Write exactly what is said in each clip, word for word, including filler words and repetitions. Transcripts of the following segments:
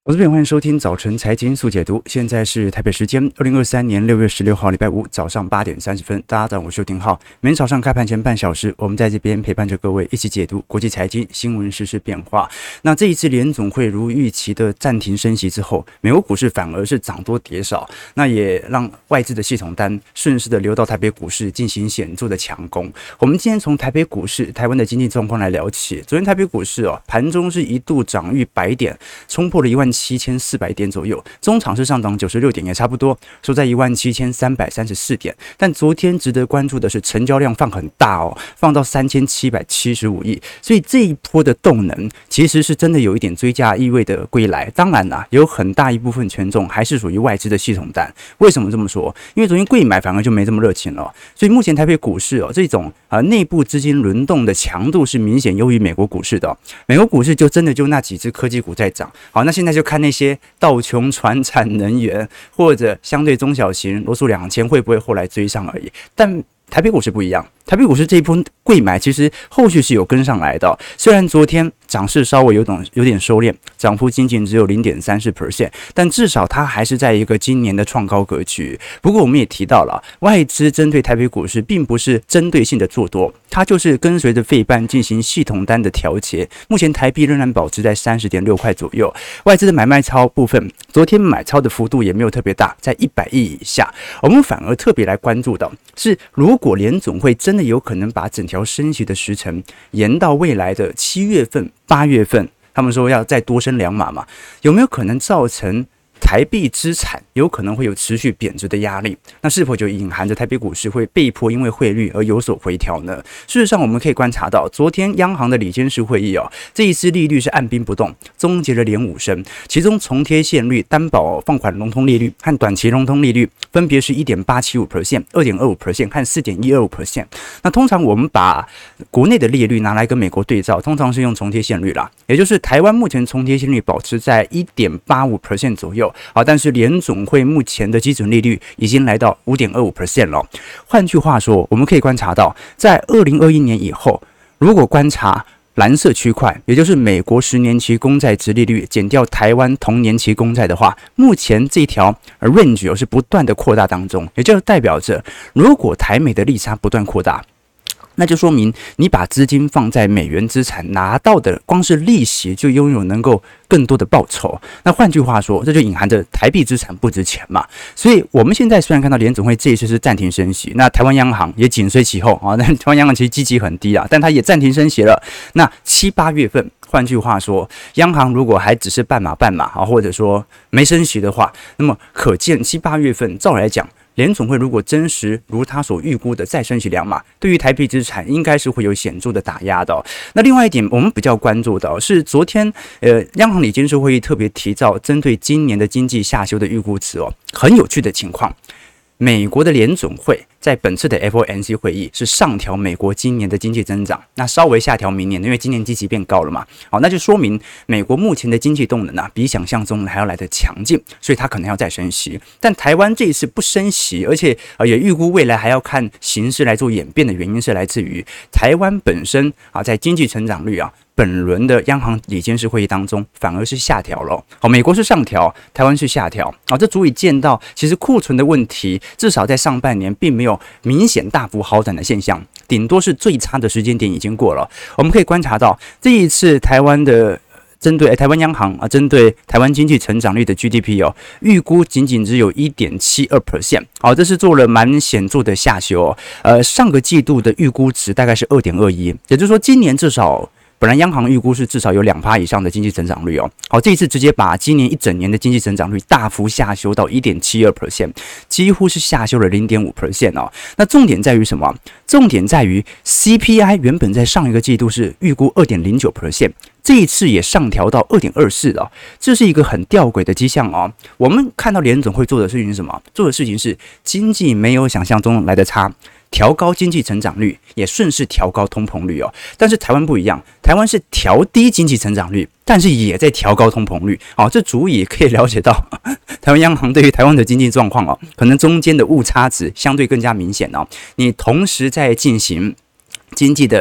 我这边欢迎收听早晨财经速解读，现在是台北时间二零二三年六月十六号礼拜五早上八点三十分，大家早上好，我是丁浩。每天早上开盘前半小时，我们在这边陪伴着各位一起解读国际财经新闻时事变化。那这一次联总会如预期的暂停升息之后，美国股市反而是涨多跌少，那也让外资的系统单顺势的流到台北股市进行显著的强攻。我们今天从台北股市、台湾的经济状况来聊起。昨天台北股市哦，盘中是一度涨逾百点，冲破了一万七千四百点左右，中场是上涨九十六点，也差不多收在一万七千三百三十四点。但昨天值得关注的是成交量放很大哦，放到三千七百七十五亿，所以这一波的动能其实是真的有一点追加意味的归来。当然啦，有很大一部分权重还是属于外资的系统单。为什么这么说？因为昨天柜买反而就没这么热情了，所以目前台北股市哦，这种啊内部资金轮动的强度是明显优于美国股市的、哦。美国股市就真的就那几只科技股在涨。好，那现在就看那些道琼、传产、能源或者相对中小型罗素两千会不会后来追上而已。但台北股市不一样，台北股市这一波柜买其实后续是有跟上来的、哦，虽然昨天涨势稍微有点有点收敛，涨幅仅仅只有 百分之零点三四， 但至少它还是在一个今年的创高格局。不过我们也提到了，外资针对台北股市并不是针对性的做多，它就是跟随着费半进行系统单的调节。目前台币仍然保持在 三十点六块左右，外资的买卖超部分，昨天买超的幅度也没有特别大，在一百亿以下。我们反而特别来关注的是，如果联总会真的有可能把整条升息的时程延到未来的七月份、八月份，他们说要再多升两码嘛，有没有可能造成台币资产有可能会有持续贬值的压力？那是否就隐含着台北股市会被迫因为汇率而有所回调呢？事实上，我们可以观察到，昨天央行的理监事会议哦，这一次利率是按兵不动，终结了连五升，其中重贴现率、担保放款融通利率和短期融通利率分别是 百分之一点八七五、二点二五 和 百分之四点一二五。那通常我们把国内的利率拿来跟美国对照，通常是用重贴现率啦，也就是台湾目前重贴现率保持在 百分之一点八五 左右。好，但是联总会目前的基准利率已经来到 百分之五点二五 了。换句话说，我们可以观察到，在二零二一年以后，如果观察蓝色区块，也就是美国十年期公债殖利率减掉台湾同年期公债的话，目前这条 range 是不断的扩大当中，也就代表着，如果台美的利差不断扩大，那就说明你把资金放在美元资产拿到的光是利息就拥有能够更多的报酬。那换句话说，这就隐含着台币资产不值钱嘛。所以我们现在虽然看到联总会这一次是暂停升息，那台湾央行也紧随其后啊。那台湾央行其实积极很低啊，但它也暂停升息了。那七八月份，换句话说，央行如果还只是半码半码啊，或者说没升息的话，那么可见七八月份照来讲，联总会如果真实如他所预估的再升息两码，对于台币资产应该是会有显著的打压的、哦。那另外一点，我们比较关注的、哦、是昨天呃央行理监事会议特别提到针对今年的经济下修的预估值哦，很有趣的情况。美国的联总会在本次的 F O M C 会议是上调美国今年的经济增长，那稍微下调明年的，因为今年基期变高了嘛。好，那就说明美国目前的经济动能啊，比想象中还要来得强劲，所以它可能要再升息。但台湾这一次不升息，而且呃也预估未来还要看形势来做演变的原因是来自于台湾本身啊，在经济成长率啊。本轮的央行理监事会议当中，反而是下调了。好，美国是上调，台湾是下调。啊，这足以见到，其实库存的问题，至少在上半年并没有明显大幅好转的现象，顶多是最差的时间点已经过了。我们可以观察到，这一次台湾的针对、欸、台湾央行啊，针对台湾经济成长率的 G D P 哦，预估仅仅只有 百分之一点七二。好，这是做了蛮显著的下修哦。呃，上个季度的预估值大概是 二点二一， 也就是说，今年至少。本来央行预估是至少有 百分之二 以上的经济成长率哦，好，这一次直接把今年一整年的经济成长率大幅下修到 百分之一点七二， 几乎是下修了 百分之零点五 哦。那重点在于什么？重点在于 C P I 原本在上一个季度是预估 二点零九， 这一次也上调到 二点二四 哦，这是一个很吊诡的迹象哦。我们看到联总会做的事情是什么？做的事情是经济没有想象中来的差。调高经济成长率，也顺势调高通膨率哦。但是台湾不一样，台湾是调低经济成长率，但是也在调高通膨率。哦，这足以可以了解到台湾央行对于台湾的经济状况哦，可能中间的误差值相对更加明显哦。你同时在进行经济的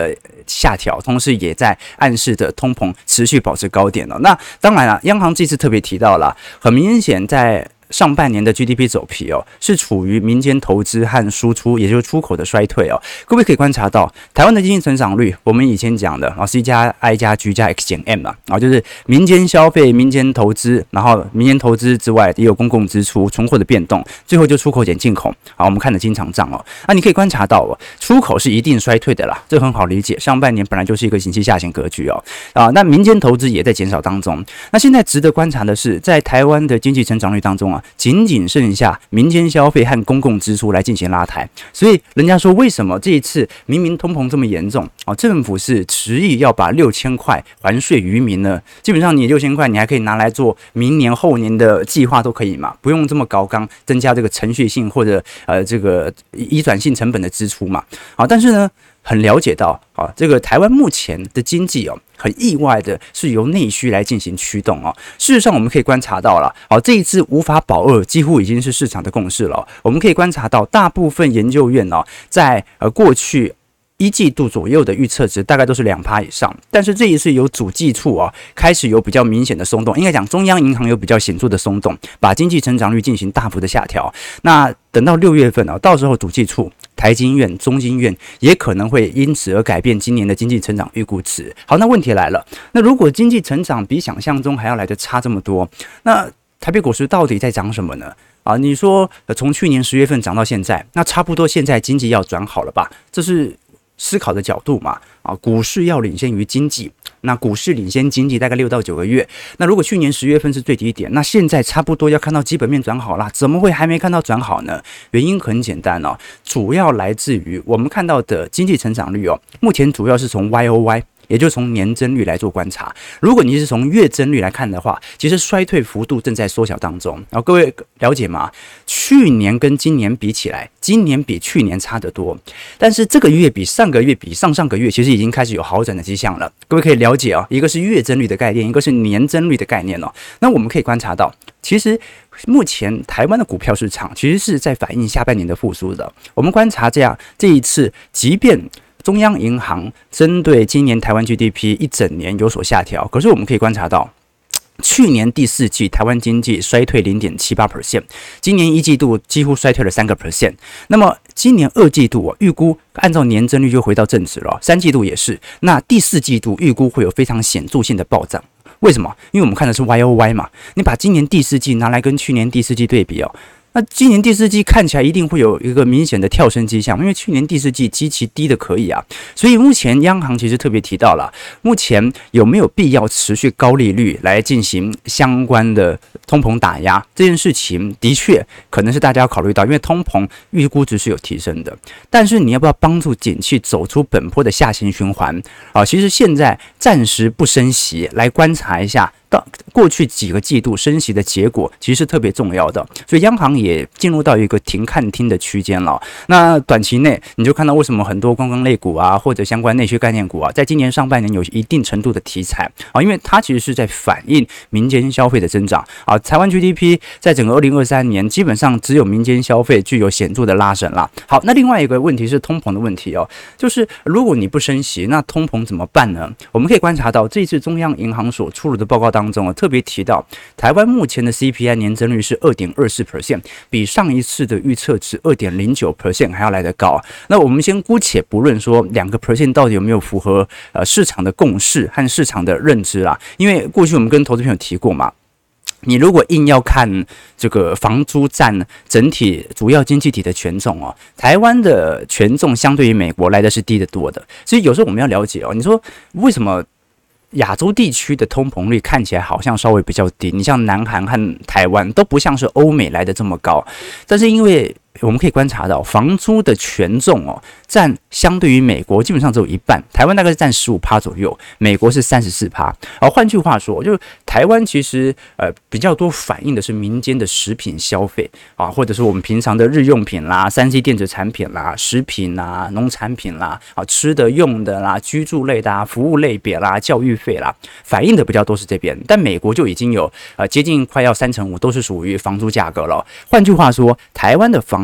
下调，同时也在暗示着通膨持续保持高点了。那当然了，央行这次特别提到了，很明显在上半年的 G D P 走皮哦，是处于民间投资和输出，也就是出口的衰退哦。各位可以观察到，台湾的经济成长率，我们以前讲的啊 ，C 加 I 加 G 加 X 减 M 啊，啊，就是民间消费、民间投资，然后民间投资之外也有公共支出、存货的变动，最后就出口减进口。好，我们看的经常账哦，那你可以观察到哦，出口是一定衰退的啦，这很好理解。上半年本来就是一个景气下行格局哦，啊，那民间投资也在减少当中。那现在值得观察的是，在台湾的经济成长率当中啊。仅仅剩下民间消费和公共支出来进行拉抬，所以人家说为什么这一次明明通膨这么严重啊，政府是执意要把六千块还税于民呢？基本上你六千块你还可以拿来做明年后年的计划都可以嘛，不用这么高纲增加这个程序性或者呃这个移转性成本的支出嘛。好，但是呢。很了解到啊，这个台湾目前的经济哦，很意外的是由内需来进行驱动哦。事实上，我们可以观察到了，好，这一次无法保二几乎已经是市场的共识了。我们可以观察到，大部分研究院哦，在呃过去一季度左右的预测值大概都是 百分之二 以上，但是这一次有主计处啊开始有比较明显的松动，应该讲中央银行有比较显著的松动，把经济成长率进行大幅的下调。那等到六月份啊，到时候主计处、台经院、中经院也可能会因此而改变今年的经济成长预估值。好，那问题来了，那如果经济成长比想象中还要来得差这么多，那台北股市到底在涨什么呢？啊，你说从去年十月份涨到现在，那差不多现在经济要转好了吧？这是思考的角度嘛，啊，股市要领先于经济，那股市领先经济大概六到九个月。那如果去年十月份是最低点，那现在差不多要看到基本面转好啦，怎么会还没看到转好呢？原因很简单哦，主要来自于我们看到的经济成长率哦，目前主要是从 Y O Y。也就从年增率来做观察，如果你是从月增率来看的话，其实衰退幅度正在缩小当中。然后各位了解吗？去年跟今年比起来，今年比去年差得多，但是这个月比上个月比上上个月，其实已经开始有好转的迹象了。各位可以了解哦，一个是月增率的概念，一个是年增率的概念哦。那我们可以观察到，其实目前台湾的股票市场其实是在反映下半年的复苏的。我们观察这样，这一次即便中央银行针对今年台湾 G D P 一整年有所下调，可是我们可以观察到，去年第四季台湾经济衰退 百分之零点七八， 今年一季度几乎衰退了 百分之三。那么今年二季度预估按照年增率就回到正值了，三季度也是。那第四季度预估会有非常显著性的暴涨。为什么？因为我们看的是 Y O Y 嘛，你把今年第四季拿来跟去年第四季对比哦。那今年第四季看起来一定会有一个明显的跳升迹象，因为去年第四季极其低的可以啊，所以目前央行其实特别提到了，目前有没有必要持续高利率来进行相关的通膨打压这件事情，的确可能是大家要考虑到，因为通膨预估值是有提升的，但是你要不要帮助景气走出本波的下行循环啊？其实现在暂时不升息，来观察一下。到过去几个季度升息的结果，其实是特别重要的，所以央行也进入到一个停看听的区间了。那短期内，你就看到为什么很多观光类股啊，或者相关内需概念股啊，在今年上半年有一定程度的题材啊，因为它其实是在反映民间消费的增长啊。台湾 G D P 在整个二零二三年，基本上只有民间消费具有显著的拉升啦。好，那另外一个问题是通膨的问题哦，就是如果你不升息，那通膨怎么办呢？我们可以观察到，这次中央银行所出炉的报告当中。当中特别提到，台湾目前的 C P I 年增率是 百分之二点二四， 比上一次的预测值 百分之二点零九 还要来得高。那我们先姑且不论说两个 percent 到底有没有符合呃市场的共识和市场的认知啦，因为过去我们跟投资朋友提过嘛。你如果硬要看这个房租占整体主要经济体的权重哦，台湾的权重相对于美国来的是低得多的，所以有时候我们要了解哦，你说为什么？亚洲地区的通膨率看起来好像稍微比较低，你像南韩和台湾都不像是欧美来的这么高，但是因为我们可以观察到房租的权重哦，占相对于美国基本上只有一半，台湾大概是占 百分之十五 左右，美国是 百分之三十四。而换句话说，就是台湾其实呃比较多反映的是民间的食品消费啊，或者是我们平常的日用品啦、三 C 电子产品啦、食品啦、农产品啦、啊吃的用的啦、居住类的、啊、服务类别啦、教育费啦，反映的比较多是这边。但美国就已经有呃接近快要三成五都是属于房租价格了。换句话说，台湾的房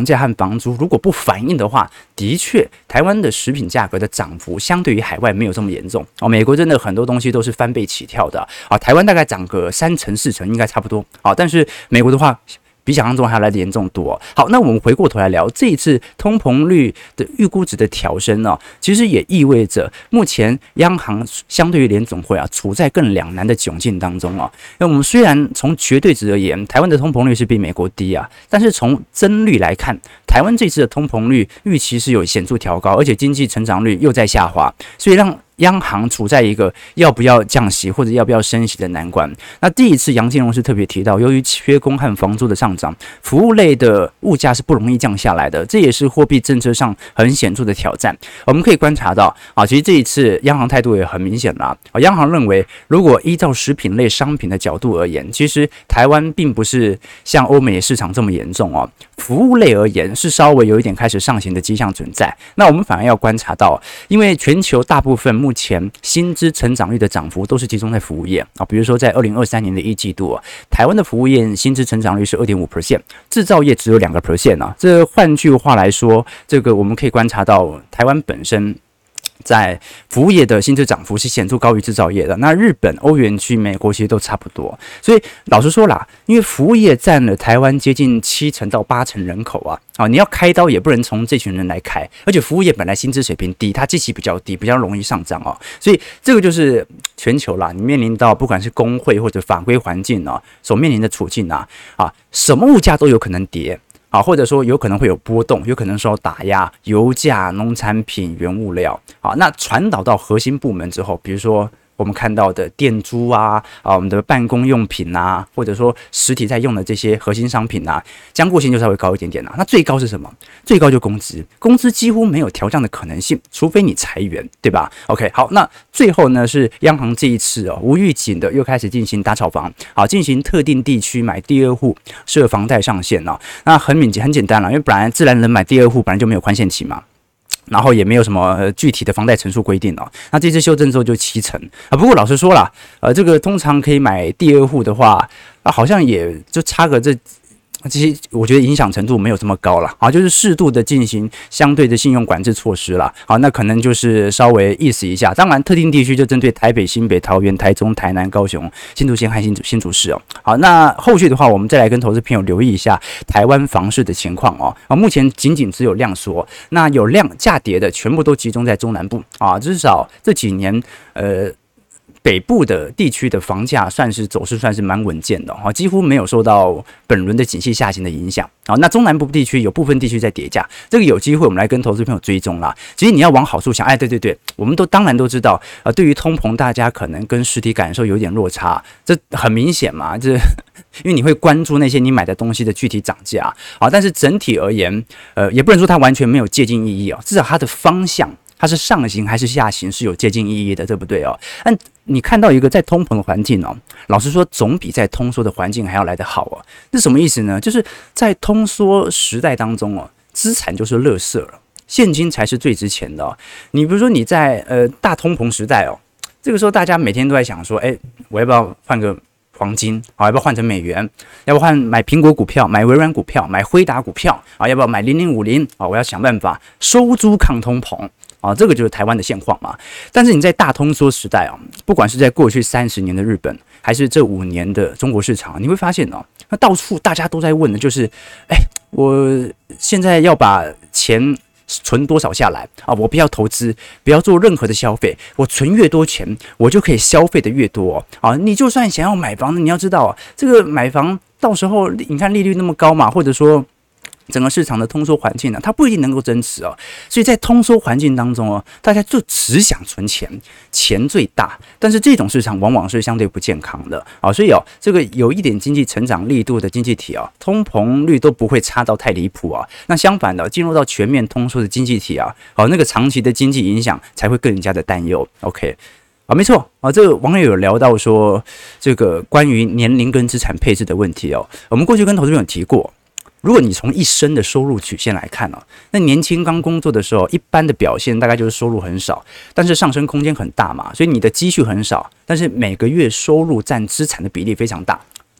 房价和房租如果不反应的话，的确台湾的食品价格的涨幅相对于海外没有这么严重哦。美国真的很多东西都是翻倍起跳的啊，台湾大概涨个三成四成应该差不多啊，但是美国的话比想象中还要来得严重多。好，那我们回过头来聊这一次通膨率的预估值的调升呢，其实也意味着目前央行相对于联总会啊，处在更两难的窘境当中啊。那我们虽然从绝对值而言，台湾的通膨率是比美国低啊，但是从增率来看，台湾这次的通膨率预期是有显著调高，而且经济成长率又在下滑，所以让央行处在一个要不要降息或者要不要升息的难关。那第一次杨金龙是特别提到，由于缺工和房租的上涨，服务类的物价是不容易降下来的，这也是货币政策上很显著的挑战。我们可以观察到啊，其实这一次央行态度也很明显啦。啊，央行认为，如果依照食品类商品的角度而言，其实台湾并不是像欧美市场这么严重哦。服务类而言是稍微有一点开始上行的迹象存在。那我们反而要观察到，因为全球大部分目前薪资成长率的涨幅都是集中在服务业啊，比如说在二零二三年的一季度，台湾的服务业薪资成长率是 二点五 percent， 制造业只有 百分之二 percent 啊。这换句话来说，这个我们可以观察到台湾本身在服务业的薪资涨幅是显著高于制造业的。那日本、欧元区、美国其实都差不多。所以老实说啦，因为服务业占了台湾接近七成到八成人口啊，啊，你要开刀也不能从这群人来开，而且服务业本来薪资水平低，它基期比较低，比较容易上涨哦。所以这个就是全球啦，你面临到不管是工会或者法规环境啊，所面临的处境啊，啊，什么物价都有可能跌。啊，或者说有可能会有波动，有可能受到打压，油价、农产品、原物料，好，那传导到核心部门之后，比如说我们看到的店租啊，啊，我们的办公用品啊，或者说实体在用的这些核心商品啊，僵固性就稍微高一点点啊。那最高是什么？最高就工资，工资几乎没有调降的可能性，除非你裁员，对吧 ？OK， 好，那最后呢是央行这一次哦无预警的又开始进行打炒房，好，进行特定地区买第二户设房贷上限哦。那很敏很简单了，因为本来自然人买第二户本来就没有宽限期嘛。然后也没有什么、呃、具体的房贷成数规定哦。那这次修正之后就七成啊。不过老实说啦，呃，这个通常可以买第二户的话，啊，好像也就差个这。其实我觉得影响程度没有这么高了啊，就是适度的进行相对的信用管制措施了啊，那可能就是稍微意思一下。当然，特定地区就针对台北、新北、桃园、台中、台南、高雄、新竹县和新竹新竹市哦。好，那后续的话，我们再来跟投资朋友留意一下台湾房市的情况哦。啊，目前仅仅只有量缩，那有量价跌的全部都集中在中南部啊，至少这几年呃。北部的地区的房价算是走势算是蛮稳健的哈，几乎没有受到本轮的景气下行的影响啊。那中南部地区有部分地区在跌价，这个有机会我们来跟投资朋友追踪啦。其实你要往好处想，哎，对对对，我们都当然都知道，呃，对于通膨，大家可能跟实体感受有点落差，这很明显嘛，这因为你会关注那些你买的东西的具体涨价啊。但是整体而言，呃，也不能说它完全没有借鉴意义啊，至少它的方向。它是上行还是下行是有借鉴意义的，对不对哦？但你看到一个在通膨的环境哦，老实说，总比在通缩的环境还要来得好哦。这什么意思呢？就是在通缩时代当中哦，资产就是垃圾了，现金才是最值钱的哦。你比如说你在呃大通膨时代哦，这个时候大家每天都在想说，哎，我要不要换个黄金啊？要不要换成美元？要不要换买苹果股票、买微软股票、买辉达股票啊？要不要买零零五零啊？我要想办法收租抗通膨。啊，这个就是台湾的现况嘛。但是你在大通缩时代啊，不管是在过去三十年的日本，还是这五年的中国市场，你会发现哦，那到处大家都在问的就是，哎，我现在要把钱存多少下来啊？我不要投资，不要做任何的消费，我存越多钱，我就可以消费的越多啊。你就算想要买房，你要知道啊，这个买房到时候你看利率那么高嘛，或者说。整个市场的通缩环境呢，它不一定能够增持哦，所以在通缩环境当中哦，大家就只想存钱，钱最大，但是这种市场往往是相对不健康的啊，所以哦，这个有一点经济成长力度的经济体啊，通膨率都不会差到太离谱啊。那相反的，进入到全面通缩的经济体啊，哦，那个长期的经济影响才会更加的担忧。OK。啊，没错啊，这个网友有聊到说，这个关于年龄跟资产配置的问题哦，我们过去跟投资人有提过。如果你从一生的收入曲线来看哦，那年轻刚工作的时候，一般的表现大概就是收入很少，但是上升空间很大嘛，所以你的积蓄很少，但是每个月收入占资产的比例非常大。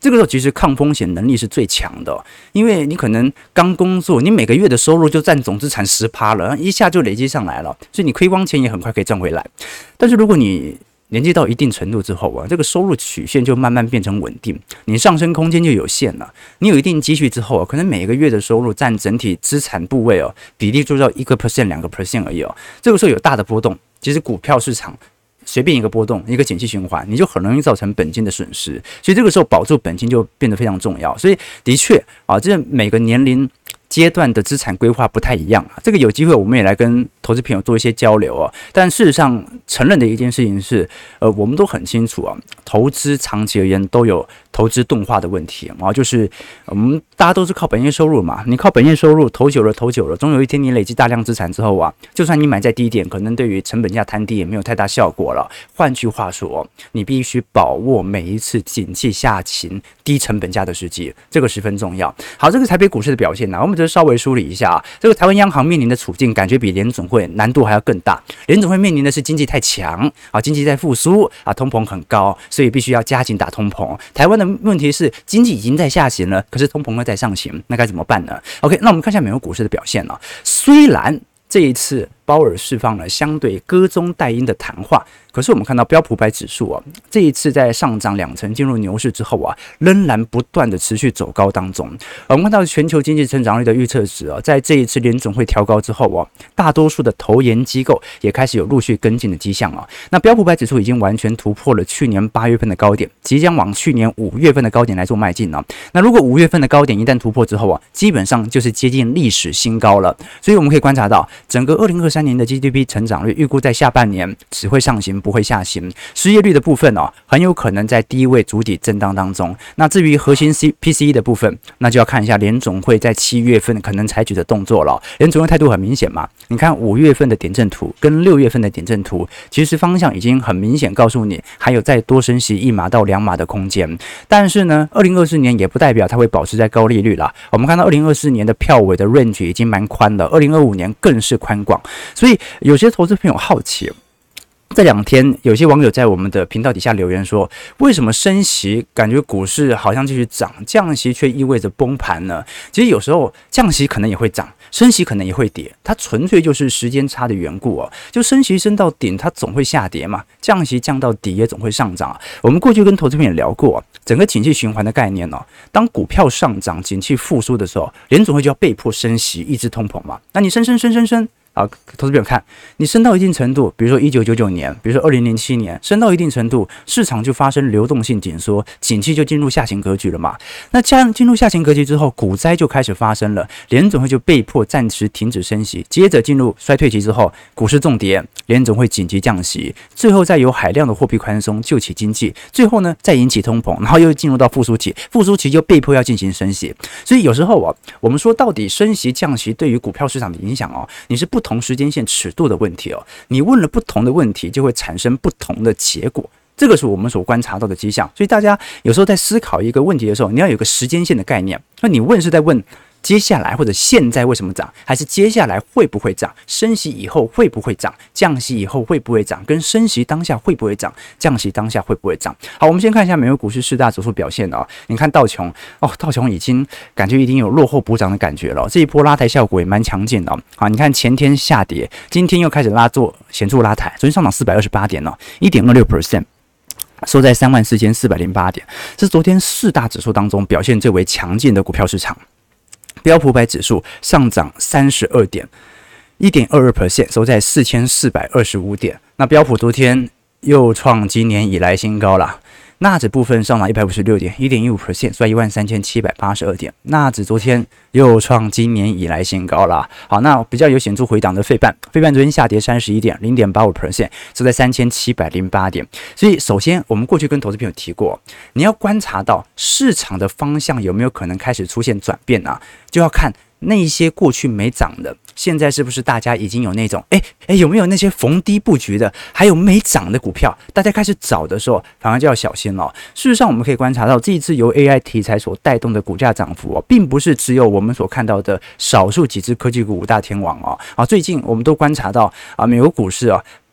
这个时候其实抗风险能力是最强的、哦，因为你可能刚工作，你每个月的收入就占总资产 百分之十 了，一下就累积上来了，所以你亏光钱也很快可以赚回来。但是如果你年纪到一定程度之后啊，这个收入曲线就慢慢变成稳定，你上升空间就有限了。你有一定积蓄之后啊，可能每个月的收入占整体资产部位哦，比例就到一个 percent、两个 percent 而已哦。这个时候有大的波动，其实股票市场随便一个波动，一个景气循环，你就很容易造成本金的损失。所以这个时候保住本金就变得非常重要。所以的确啊，这每个年龄阶段的资产规划不太一样啊，这个有机会我们也来跟投资朋友做一些交流哦。但事实上，承认的一件事情是，呃，我们都很清楚啊，投资长期而言都有投资钝化的问题啊，就是我们大家都是靠本业收入嘛，你靠本业收入投久了投久了，总有一天你累积大量资产之后啊，就算你买在低点，可能对于成本价摊低也没有太大效果了。换句话说，你必须把握每一次景气下行低成本价的时机，这个十分重要。好，这个台北股市的表现呢、啊，我们就稍微梳理一下啊。这个台湾央行面临的处境，感觉比联总会难度还要更大。联总会面临的是经济太强啊，经济在复苏啊，通膨很高，所以必须要加紧打通膨。台湾的问题是经济已经在下行了，可是通膨又在上行，那该怎么办呢 ？OK， 那我们看一下美国股市的表现呢、啊。虽然这一次鲍尔释放了相对歌中带音的谈话，可是我们看到标普五百指数啊，这一次在上涨两成进入牛市之后啊，仍然不断的持续走高当中。我们看到全球经济成长率的预测值啊，在这一次联总会调高之后啊，大多数的投研机构也开始有陆续跟进的迹象啊。那标普五百指数已经完全突破了去年八月份的高点，即将往去年五月份的高点来做迈进啊。那如果五月份的高点一旦突破之后啊，基本上就是接近历史新高了。所以我们可以观察到，整个二零二三年的 G D P 成长率预估在下半年只会上行，不会下行。失业率的部分哦，很有可能在低位筑底震荡当中。那至于核心 P C E 的部分，那就要看一下联总会在七月份可能采取的动作了。联总会态度很明显嘛，你看五月份的点阵图跟六月份的点阵图，其实方向已经很明显告诉你，还有再多升息一码到两码的空间。但是呢，二零二四年也不代表它会保持在高利率啦。我们看到二零二四年的票尾的 range 已经蛮宽了，二零二五年更是宽广。所以有些投资朋友好奇，这两天有些网友在我们的频道底下留言说，为什么升息感觉股市好像继续涨，降息却意味着崩盘呢？其实有时候降息可能也会涨，升息可能也会跌，它纯粹就是时间差的缘故哦。就升息升到顶，它总会下跌嘛；降息降到底，也总会上涨。我们过去跟投资朋友聊过、哦，整个景气循环的概念哦。当股票上涨、景气复苏的时候，联总会就要被迫升息，抑制通膨嘛。那你升升升升升。啊，投资朋友看，你升到一定程度，比如说一九九九年，比如说二零零七年，升到一定程度，市场就发生流动性紧缩，景气就进入下行格局了嘛。那这样进入下行格局之后，股灾就开始发生了，联总会就被迫暂时停止升息，接着进入衰退期之后，股市重跌，联总会紧急降息，最后再有海量的货币宽松救起经济，最后呢再引起通膨，然后又进入到复苏期，复苏期就被迫要进行升息。所以有时候啊，我们说到底升息降息对于股票市场的影响哦，你是不同时间线尺度的问题哦，你问了不同的问题，就会产生不同的结果，这个是我们所观察到的迹象。所以大家有时候在思考一个问题的时候，你要有个时间线的概念。那你问是在问接下来或者现在为什么涨，还是接下来会不会涨？升息以后会不会涨？降息以后会不会涨？跟升息当下会不会涨？降息当下会不会涨？好，我们先看一下美国股市四大指数表现哦。你看道琼哦，道琼已经感觉已经有落后补涨的感觉了，这一波拉抬效果也蛮强劲的哦。好，你看前天下跌，今天又开始拉做显著拉抬，昨天上涨四百二十八点哦，一点二六 percent。收在三万四千四百零八点，这是昨天四大指数当中表现最为强劲的股票市场。标普五百指数上涨三十二点，一点二二 percent， 收在四千四百二十五点。那标普昨天又创今年以来新高了。纳指部分上涨一百五十六点，一点一五 percent， 收在一万三千七百八十二点。纳指昨天又创今年以来新高了。好，那比较有显著回档的费半，费半昨天下跌三十一点，零点八五 percent， 收在三千七百零八点。所以，首先我们过去跟投资朋友提过，你要观察到市场的方向有没有可能开始出现转变啊，就要看那一些过去没涨的，现在是不是大家已经有那种哎哎有没有那些逢低布局的，还有没涨的股票，大家开始找的时候，反而就要小心了。事实上，我们可以观察到这一次由 A I 题材所带动的股价涨幅哦，并不是只有我们所看到的少数几只科技股五大天王哦啊，最近我们都观察到啊，美国股市啊。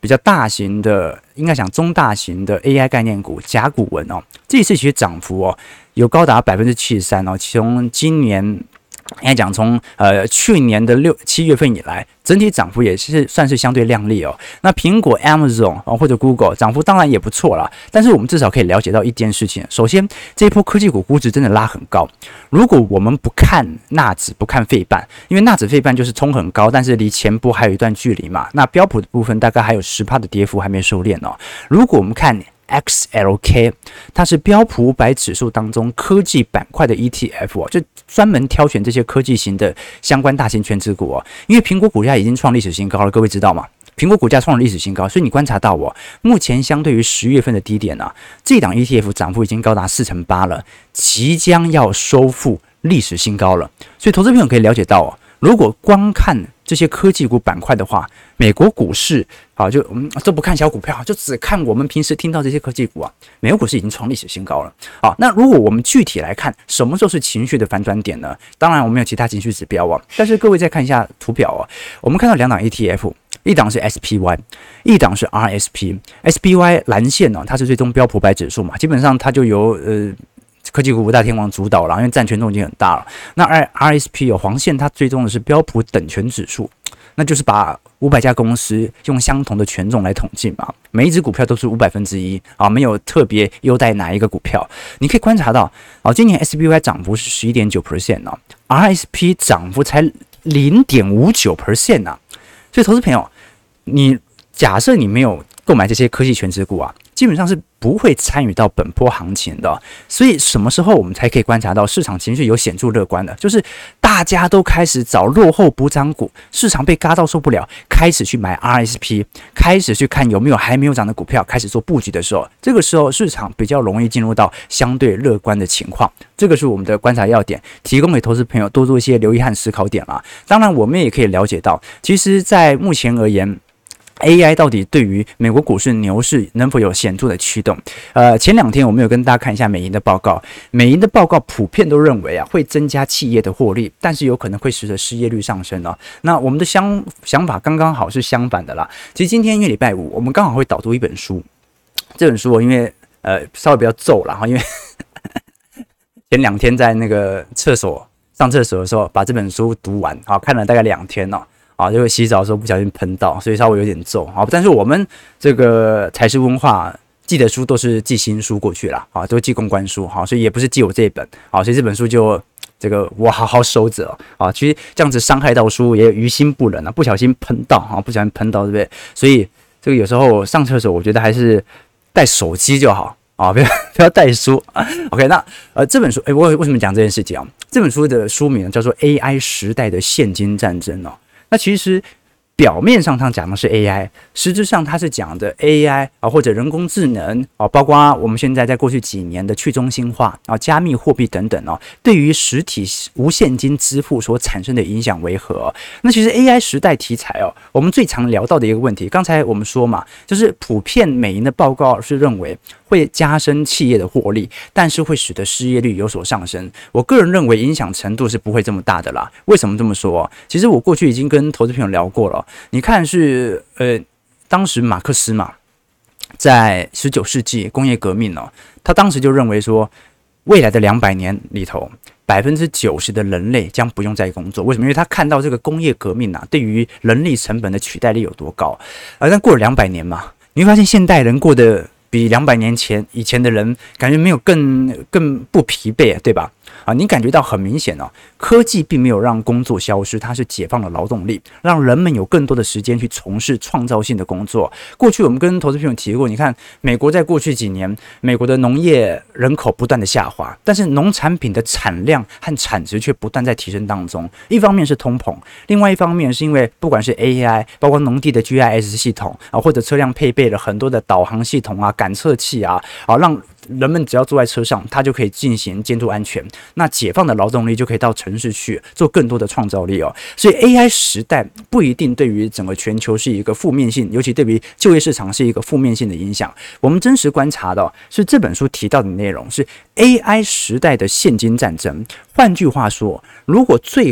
比较大型的，应该讲中大型的 A I 概念股甲骨文哦，这一次其实涨幅哦有高达百分之七十三哦，从今年应该讲从呃去年的六七月份以来，整体涨幅也是算是相对亮丽哦。那苹果、Amazon 哦或者 Google 涨幅当然也不错啦，但是我们至少可以了解到一件事情：首先，这一波科技股估值真的拉很高。如果我们不看纳指，不看费半，因为纳指、费半就是冲很高，但是离前波还有一段距离嘛。那标普的部分大概还有 百分之十 的跌幅还没收敛哦。如果我们看X L K， 它是标普五百指数当中科技板块的 E T F 哦，就专门挑选这些科技型的相关大型权值股哦。因为苹果股价已经创历史新高了，各位知道吗？苹果股价创了历史新高，所以你观察到哦，目前相对于十月份的低点啊，这档 E T F 涨幅已经高达四成八了，即将要收复历史新高了。所以投资朋友可以了解到哦，如果光看这些科技股板块的话，美国股市啊，就我们都不看小股票，就只看我们平时听到这些科技股啊，美国股市已经创历史新高了。好，那如果我们具体来看，什么时候是情绪的反转点呢？当然，我们有其他情绪指标啊，但是各位再看一下图表啊，我们看到两档 E T F。一档是 S P Y， 一档是 R S P。S P Y 蓝线呢、哦，它是追踪标普百指数嘛，基本上它就由呃科技股五大天王主导了，因为占权重已经很大了。那 R S P 有、哦、黄线，它追踪的是标普等权指数，那就是把五百家公司用相同的权重来统计嘛，每一只股票都是五百分之一啊，没有特别优待哪一个股票。你可以观察到，啊，今年 S P Y 涨幅是 百分之十一点九 哦 ，R S P 涨幅才 百分之零点五九 啊。所以，投资朋友，你假设你没有购买这些科技权值股啊，基本上是不会参与到本波行情的。所以，什么时候我们才可以观察到市场情绪有显著乐观的？就是大家都开始找落后补涨股，市场被嘎到受不了，开始去买 R S P， 开始去看有没有还没有涨的股票，开始做布局的时候，这个时候市场比较容易进入到相对乐观的情况。这个是我们的观察要点，提供给投资朋友多做一些留意和思考点啦。当然，我们也可以了解到，其实，在目前而言，A I 到底对于美国股市牛市能否有显著的驱动？呃，前两天我们有跟大家看一下美银的报告，美银的报告普遍都认为啊，会增加企业的获利，但是有可能会使得失业率上升哦。那我们的想想法刚刚好是相反的啦。其实今天因为礼拜五，我们刚好会导读一本书，这本书我因为呃稍微比较皱啦，因为前两天在那个厕所上厕所的时候，把这本书读完，好看了大概两天哦。啊，就会洗澡的时候不小心喷到，所以稍微有点皱啊。但是我们这个财师文化寄的书都是寄新书过去啦，啊，都寄公关书，好，所以也不是寄我这一本，好，所以这本书就这个我好好收着啊。其实这样子伤害到书也于心不忍啊，不小心喷到啊，不小心喷到，对不对？所以这个有时候上厕所，我觉得还是带手机就好。啊，不要不要带书。OK， 那呃这本书，哎，我为什么讲这件事情啊？这本书的书名叫做《A I 时代的现金战争》哦。那其实表面上它讲的是 A I， 实质上它是讲的 A I 啊，或者人工智能啊，包括我们现在在过去几年的去中心化啊、加密货币等等哦，对于实体无现金支付所产生的影响为何、哦？那其实 A I 时代题材哦，我们最常聊到的一个问题，刚才我们说嘛，就是普遍美银的报告是认为会加深企业的获利，但是会使得失业率有所上升。我个人认为影响程度是不会这么大的啦。为什么这么说？其实我过去已经跟投资朋友聊过了。你看是呃，当时马克思嘛，在十九世纪工业革命哦，他当时就认为说，未来的两百年里头，百分之九十的人类将不用再工作。为什么？因为他看到这个工业革命啊，对于人力成本的取代力有多高。而但过了两百年嘛，你会发现现代人过得比两百年前以前的人感觉没有更更不疲惫，对吧？啊，你感觉到很明显哦，科技并没有让工作消失，它是解放了劳动力，让人们有更多的时间去从事创造性的工作。过去我们跟投资朋友提过，你看美国在过去几年，美国的农业人口不断的下滑，但是农产品的产量和产值却不断在提升当中。一方面是通膨，另外一方面是因为不管是 A I， 包括农地的 G I S 系统啊，或者车辆配备了很多的导航系统啊、感测器啊，啊让人们只要坐在车上，他就可以进行监督安全。那解放的劳动力就可以到城市去做更多的创造力哦。所以 A I 时代不一定对于整个全球是一个负面性，尤其对于就业市场是一个负面性的影响。我们真实观察到是这本书提到的内容是 A I 时代的现金战争。换句话说，如果最后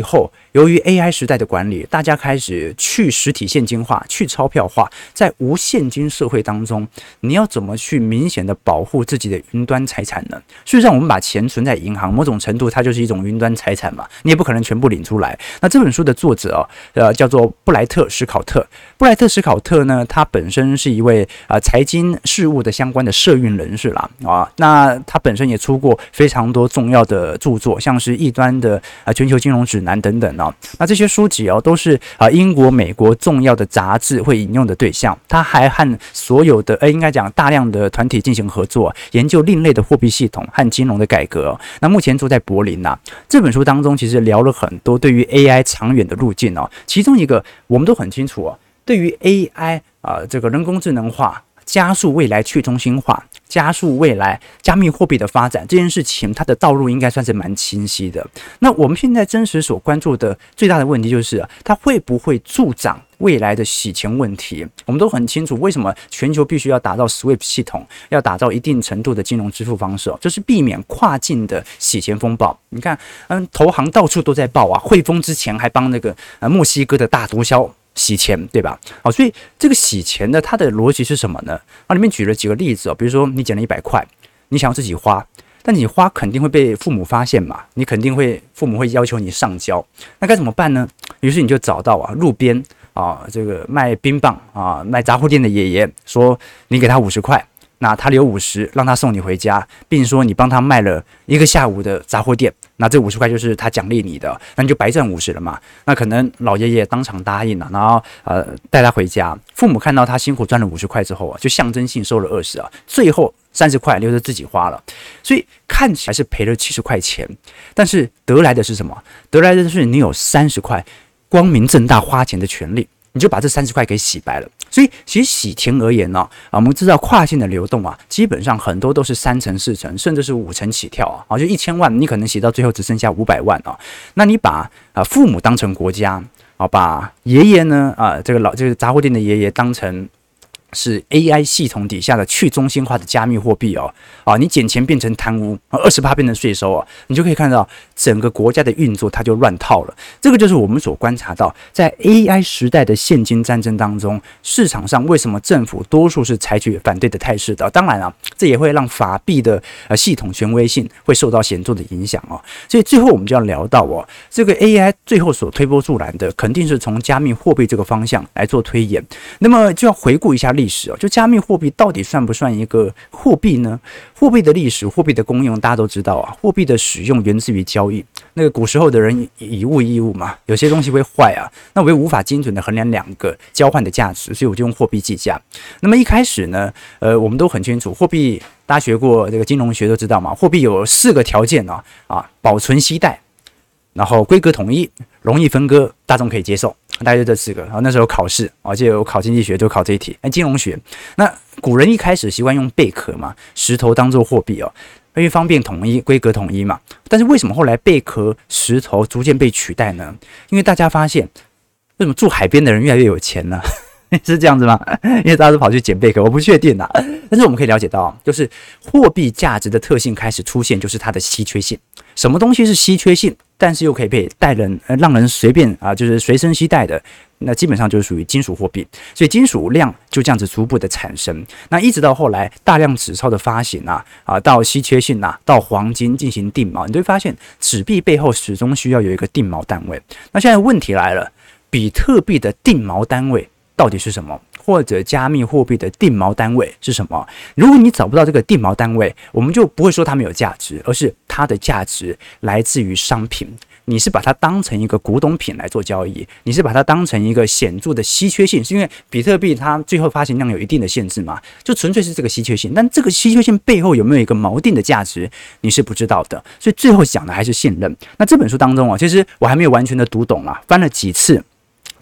由于 A I 时代的管理，大家开始去实体现金化、去钞票化，在无现金社会当中，你要怎么去明显的保护自己的云端财产呢？事实上，我们把钱存在银行，某种程度它就是一种云端财产嘛，你也不可能全部领出来。那这本书的作者哦，呃，叫做布莱特·史考特。布莱特·史考特呢，他本身是一位啊、呃、财经事务的相关的社运人士啦啊，那他本身也出过非常多重要的著作，像是异端的啊、呃、全球金融指南等等哦。那这些书籍哦，都是啊、呃、英国、美国重要的杂志会引用的对象。他还和所有的呃应该讲大量的团体进行合作，研究另类的货币系统和金融的改革、哦。那目前住在柏林呐、啊。这本书当中其实聊了很多对于 A I 长远的路径哦，其中一个我们都很清楚哦，对于 A I 啊、呃、这个人工智能化。加速未来去中心化，加速未来加密货币的发展，这件事情它的道路应该算是蛮清晰的。那我们现在真实所关注的最大的问题就是，它会不会助长未来的洗钱问题？我们都很清楚，为什么全球必须要打造 S W I F T 系统，要打造一定程度的金融支付方式，就是避免跨境的洗钱风暴。你看，嗯，投行到处都在报啊，汇丰之前还帮那个呃墨西哥的大毒枭洗钱，对吧？好，所以这个洗钱的它的逻辑是什么呢？啊，里面举了几个例子哦，比如说你捡了一百块，你想要自己花，但你花肯定会被父母发现嘛，你肯定会父母会要求你上交，那该怎么办呢？于是你就找到啊路边啊这个卖冰棒啊卖杂货店的爷爷，说你给他五十块。那他留五十，让他送你回家，并说你帮他卖了一个下午的杂货店，那这五十块就是他奖励你的，那你就白赚五十了嘛。那可能老爷爷当场答应了，然后呃带他回家。父母看到他辛苦赚了五十块之后啊，就象征性收了二十啊，最后三十块留着自己花了。所以看起来是赔了七十块钱，但是得来的是什么？得来的是你有三十块光明正大花钱的权利。你就把这三十块给洗白了，所以其实洗钱而言呢、啊，我们知道跨境的流动啊，基本上很多都是三成、四成，甚至是五成起跳啊，啊，就一千万，你可能洗到最后只剩下五百万啊。那你把啊父母当成国家啊，把爷爷呢啊这个老这个杂货店的爷爷当成是 A I 系统底下的去中心化的加密货币哦，啊，你捡钱变成贪污，二十趴变成税收哦，你就可以看到整个国家的运作它就乱套了。这个就是我们所观察到，在 A I 时代的现金战争当中，市场上为什么政府多数是采取反对的态势的？当然啊，这也会让法币的呃系统权威性会受到显著的影响哦。所以最后我们就要聊到哦，这个 A I 最后所推波助澜的，肯定是从加密货币这个方向来做推演。那么就要回顾一下历史哦，就加密货币到底算不算一个货币呢？货币的历史、货币的功用，大家都知道啊。货币的使用源自于交易。那个古时候的人以物易物嘛，有些东西会坏啊，那我又无法精准的衡量两个交换的价值，所以我就用货币计价。那么一开始呢，呃，我们都很清楚，货币大家学过这个金融学都知道嘛，货币有四个条件啊啊，保存携带，然后规格统一，容易分割，大众可以接受。大概就这四个，然后那时候考试，而且有考经济学就考这一题，那金融学，那古人一开始习惯用贝壳嘛，石头当做货币哦，因为方便统一，规格统一嘛。但是为什么后来贝壳、石头逐渐被取代呢？因为大家发现，为什么住海边的人越来越有钱呢？是这样子吗？因为大家都跑去捡贝壳，我不确定啊。但是我们可以了解到，就是货币价值的特性开始出现，就是它的稀缺性。什么东西是稀缺性，但是又可以被带人、呃、让人随便啊，就是随身携带的，那基本上就是属于金属货币。所以金属量就这样子逐步的产生。那一直到后来大量纸钞的发行啊，啊到稀缺性啊，到黄金进行定锚，你就会发现纸币背后始终需要有一个定锚单位。那现在问题来了，比特币的定锚单位到底是什么？或者加密货币的定锚单位是什么？如果你找不到这个定锚单位，我们就不会说它没有价值，而是它的价值来自于商品。你是把它当成一个古董品来做交易，你是把它当成一个显著的稀缺性，是因为比特币它最后发行量有一定的限制嘛，就纯粹是这个稀缺性。但这个稀缺性背后有没有一个锚定的价值，你是不知道的。所以最后讲的还是信任。那这本书当中啊，其实我还没有完全的读懂啦，翻了几次。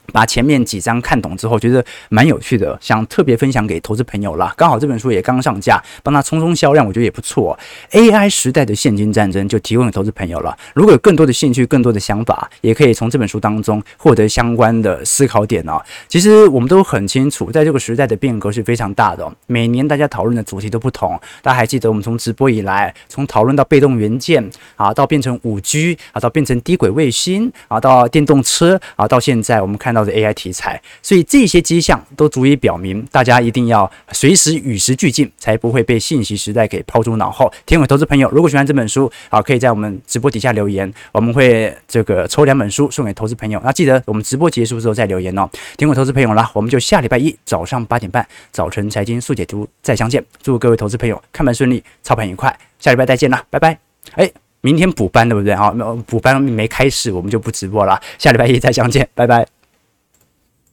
把前面几章看懂之后，觉得蛮有趣的，想特别分享给投资朋友啦。刚好这本书也刚上架，帮他冲冲销量，我觉得也不错。A I 时代的现金战争就提供给投资朋友了。如果有更多的兴趣、更多的想法，也可以从这本书当中获得相关的思考点哦。其实我们都很清楚，在这个时代的变革是非常大的哦。每年大家讨论的主题都不同。大家还记得我们从直播以来，从讨论到被动元件啊，到变成 五 G 啊，到变成低轨卫星啊，到电动车啊，到现在我们看到的 A I 题材，所以这些迹象都足以表明，大家一定要随时与时俱进，才不会被信息时代给抛诸脑后。天伟投资朋友，如果喜欢这本书，好，可以在我们直播底下留言，我们会这个抽两本书送给投资朋友。那记得我们直播结束之后再留言哦。天伟投资朋友啦，我们就下礼拜一早上八点半，早晨财经速解读再相见。祝各位投资朋友看盘顺利，操盘愉快，下礼拜再见啦，拜拜。哎。明天补班对不对啊？补班没开始，我们就不直播了。下礼拜一再相见，拜拜。